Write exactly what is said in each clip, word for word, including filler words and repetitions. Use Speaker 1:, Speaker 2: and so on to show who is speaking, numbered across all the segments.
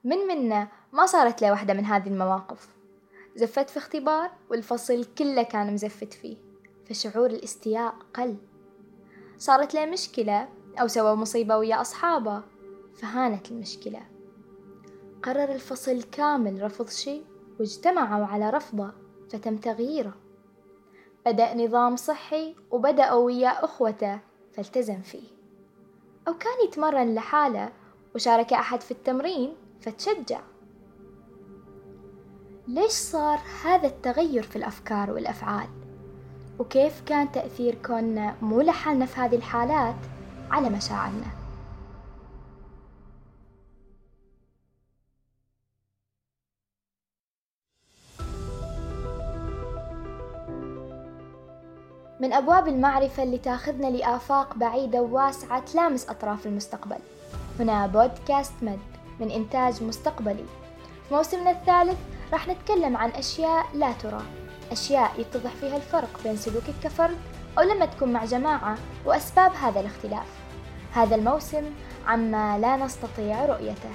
Speaker 1: من منا ما صارت له واحدة من هذه المواقف؟ زفت في اختبار والفصل كله كان مزفت فيه، فشعور الاستياء قل. صارت له مشكلة أو سوى مصيبة ويا أصحابه، فهانت المشكلة. قرر الفصل كامل رفض شيء واجتمعوا على رفضه، فتم تغييره. بدأ نظام صحي وبدأوا ويا أخوته فالتزم فيه. أو كان يتمرن لحاله وشارك أحد في التمرين فتشجع. ليش صار هذا التغير في الأفكار والأفعال؟ وكيف كان تأثير كوننا مو لحالنا في هذه الحالات على مشاعرنا؟ من أبواب المعرفة اللي تاخذنا لآفاق بعيدة وواسعة تلامس أطراف المستقبل، هنا بودكاست مد من إنتاج مستقبلي. في موسمنا الثالث راح نتكلم عن أشياء لا ترى، أشياء يتضح فيها الفرق بين سلوكك كفرد أو لما تكون مع جماعة وأسباب هذا الاختلاف. هذا الموسم عما لا نستطيع رؤيته.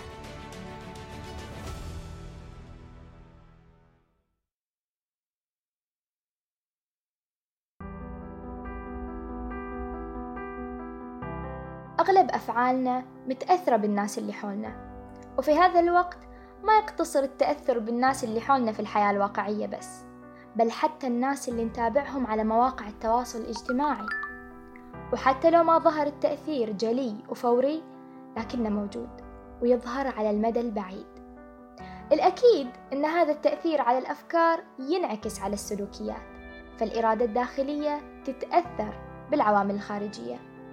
Speaker 1: أغلب أفعالنا متأثرة بالناس اللي حولنا، وفي هذا الوقت ما يقتصر التأثر بالناس اللي حولنا في الحياة الواقعية بس، بل حتى الناس اللي نتابعهم على مواقع التواصل الاجتماعي. وحتى لو ما ظهر التأثير جلي وفوري، لكنه موجود ويظهر على المدى البعيد. الأكيد أن هذا التأثير على الأفكار ينعكس على السلوكيات، فالإرادة الداخلية تتأثر بالعوامل الخارجية.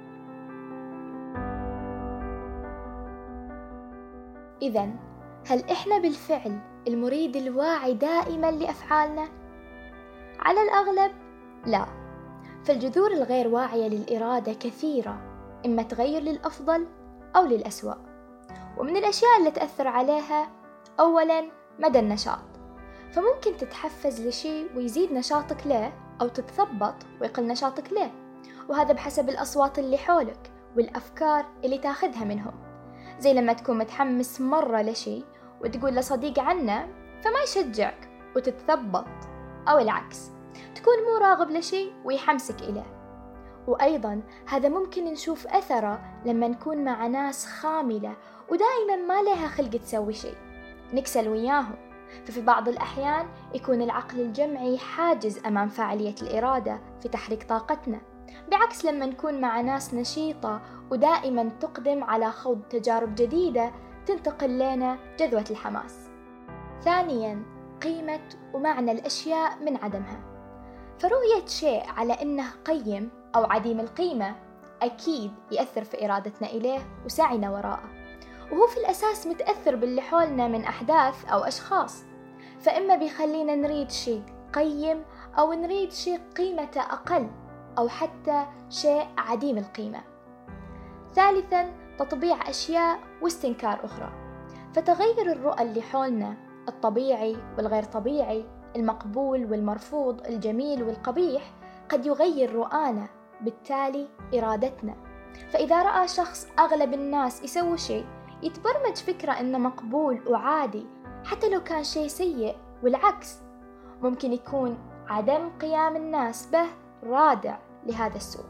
Speaker 1: إذن هل إحنا بالفعل المريد الواعي دائما لأفعالنا؟ على الأغلب لا، فالجذور الغير واعية للإرادة كثيرة، إما تغير للأفضل أو للأسوأ. ومن الأشياء اللي تأثر عليها أولا مدى النشاط، فممكن تتحفز لشيء ويزيد نشاطك له، أو تتثبط ويقل نشاطك له، وهذا بحسب الأصوات اللي حولك والأفكار اللي تاخذها منهم. زي لما تكون متحمس مرة لشيء وتقول لصديق عنه فما يشجعك وتتثبط، أو العكس تكون مو راغب لشيء ويحمسك إليه. وأيضا هذا ممكن نشوف أثره لما نكون مع ناس خاملة ودائما ما لها خلق تسوي شيء، نكسل وياهم. ففي بعض الأحيان يكون العقل الجمعي حاجز أمام فاعلية الإرادة في تحريك طاقتنا، بعكس لما نكون مع ناس نشيطة ودائما تقدم على خوض تجارب جديدة تنتقل لنا جذوة الحماس. ثانيا قيمة ومعنى الأشياء من عدمها، فرؤية شيء على أنه قيم أو عديم القيمة أكيد يأثر في إرادتنا إليه وسعينا وراءه، وهو في الأساس متأثر باللي حولنا من أحداث أو أشخاص، فإما بيخلينا نريد شيء قيم أو نريد شيء قيمته أقل، أو حتى شيء عديم القيمة. ثالثاً تطبيع أشياء واستنكار أخرى، فتغير الرؤى اللي حولنا، الطبيعي والغير طبيعي، المقبول والمرفوض، الجميل والقبيح، قد يغير رؤانا، بالتالي إرادتنا. فإذا رأى شخص أغلب الناس يسوي شيء، يتبرمج فكرة إنه مقبول وعادي حتى لو كان شيء سيء، والعكس ممكن يكون عدم قيام الناس به رادع لهذا السوء.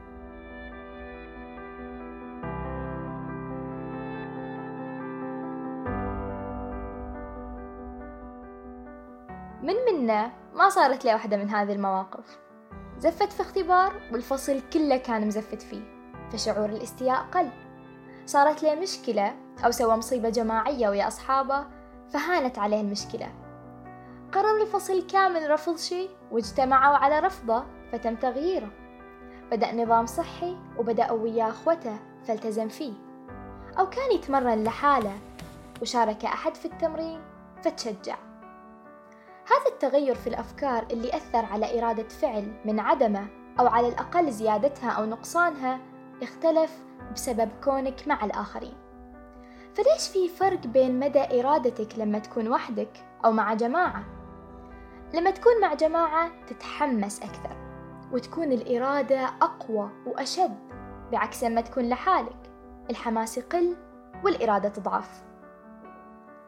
Speaker 1: من منا ما صارت له واحدة من هذه المواقف؟ زفت في اختبار والفصل كله كان مزفت فيه، فشعور الاستياء قل. صارت له مشكلة أو سوى مصيبة جماعية ويا أصحابه، فهانت عليه المشكلة. قرر الفصل كامل رفض شيء واجتمعوا على رفضه، فتم تغييره. بدأ نظام صحي وبدأوا ويا أخوته فالتزم فيه. أو كان يتمرن لحاله وشارك أحد في التمرين فتشجع. هذا التغير في الأفكار اللي أثر على إرادة فعل من عدمه، أو على الأقل زيادتها أو نقصانها، اختلف بسبب كونك مع الآخرين. فليش في فرق بين مدى إرادتك لما تكون وحدك أو مع جماعة؟ لما تكون مع جماعة تتحمس أكثر وتكون الإرادة أقوى وأشد، بعكس لما تكون لحالك الحماس يقل والإرادة تضعف.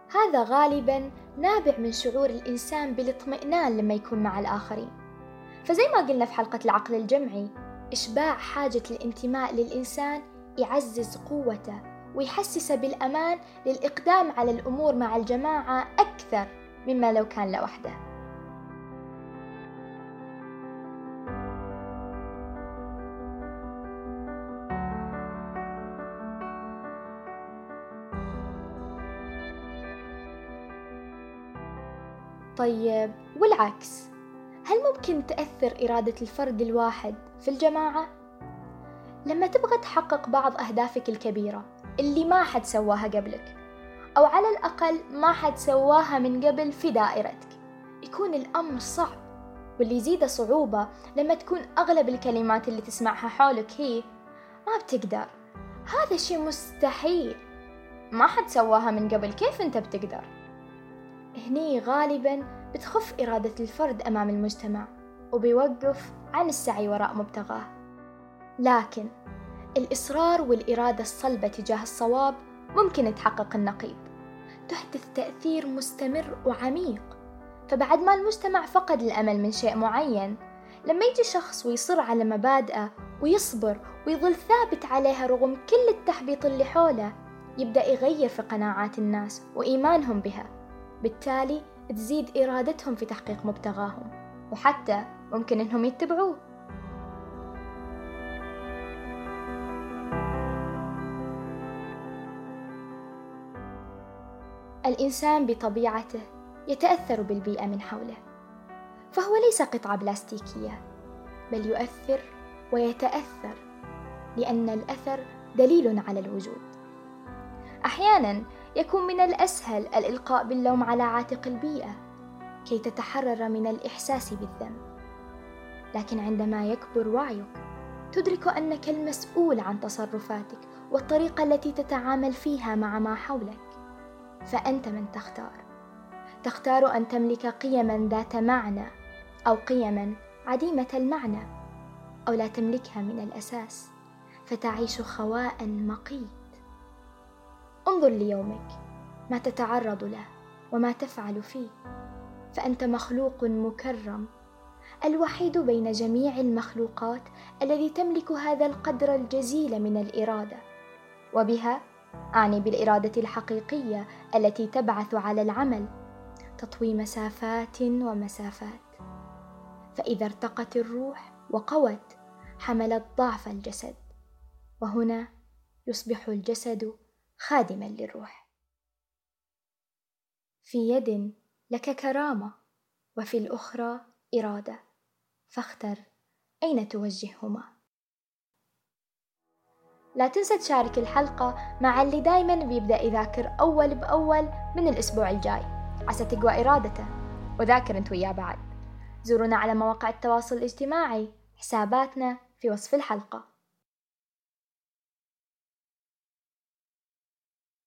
Speaker 1: هذا غالباً نابع من شعور الإنسان بالاطمئنان لما يكون مع الآخرين. فزي ما قلنا في حلقة العقل الجمعي، إشباع حاجة الانتماء للإنسان يعزز قوته ويحسسه بالأمان للإقدام على الأمور مع الجماعة أكثر مما لو كان لوحده. طيب والعكس، هل ممكن تأثر إرادة الفرد الواحد في الجماعة؟ لما تبغى تحقق بعض أهدافك الكبيرة اللي ما حد سواها قبلك، أو على الأقل ما حد سواها من قبل في دائرتك، يكون الأمر صعب. واللي يزيد صعوبة لما تكون أغلب الكلمات اللي تسمعها حولك هي ما بتقدر، هذا شيء مستحيل، ما حد سواها من قبل، كيف أنت بتقدر؟ هني غالباً بتخف إرادة الفرد أمام المجتمع وبيوقف عن السعي وراء مبتغاه. لكن الإصرار والإرادة الصلبة تجاه الصواب ممكن تحقق النقيض، تحدث تأثير مستمر وعميق. فبعد ما المجتمع فقد الأمل من شيء معين، لما يجي شخص ويصر على مبادئه ويصبر ويظل ثابت عليها رغم كل التحبيط اللي حوله، يبدأ يغير في قناعات الناس وإيمانهم بها، بالتالي تزيد إرادتهم في تحقيق مبتغاهم، وحتى ممكن إنهم يتبعوه. الإنسان بطبيعته يتأثر بالبيئة من حوله، فهو ليس قطعة بلاستيكية، بل يؤثر ويتأثر، لأن الأثر دليل على الوجود. أحياناً يكون من الأسهل الإلقاء باللوم على عاتق البيئة كي تتحرر من الإحساس بالذنب، لكن عندما يكبر وعيك تدرك أنك المسؤول عن تصرفاتك والطريقة التي تتعامل فيها مع ما حولك. فأنت من تختار، تختار أن تملك قيماً ذات معنى أو قيماً عديمة المعنى، أو لا تملكها من الأساس فتعيش خواء مقيت. انظر ليومك، ما تتعرض له وما تفعل فيه، فأنت مخلوق مكرم، الوحيد بين جميع المخلوقات الذي تملك هذا القدر الجزيل من الإرادة، وبها أعني بالإرادة الحقيقية التي تبعث على العمل، تطوي مسافات ومسافات. فإذا ارتقت الروح وقوت حملت ضعف الجسد، وهنا يصبح الجسد خادماً للروح. في يد لك كرامة وفي الأخرى إرادة، فاختر أين توجههما. لا تنسى تشارك الحلقة مع اللي دايماً بيبدأ يذاكر أول بأول من الأسبوع الجاي عسى تقوى إرادته، وذاكر أنت وياه بعد. زورونا على مواقع التواصل الاجتماعي، حساباتنا في وصف الحلقة.